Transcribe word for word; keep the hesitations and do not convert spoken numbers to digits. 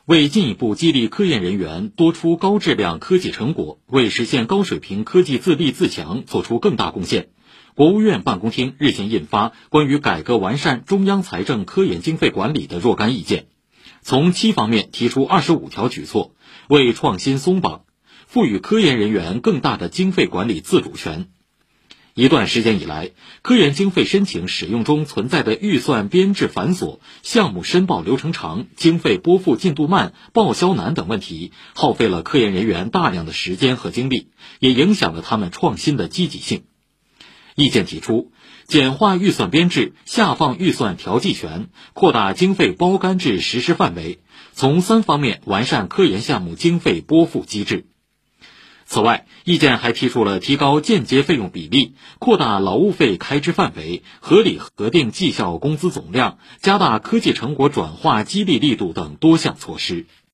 为进一步激励科研人员多出高质量科技成果，为实现高水平科技自立自强做出更大贡献，国务院办公厅日前印发关于改革完善中央财政科研经费管理的若干意见，从七方面提出二十五条举措，为创新松绑，赋予科研人员更大的经费管理自主权。一段时间以来，科研经费申请使用中存在的预算编制繁琐、项目申报流程长、经费拨付进度慢、报销难等问题，耗费了科研人员大量的时间和精力，也影响了他们创新的积极性。意见提出，简化预算编制，下放预算调剂权，扩大经费包干制实施范围，从三方面完善科研项目经费拨付机制。此外，意见还提出了提高间接费用比例、扩大劳务费开支范围、合理核定绩效工资总量、加大科技成果转化激励力度等多项措施。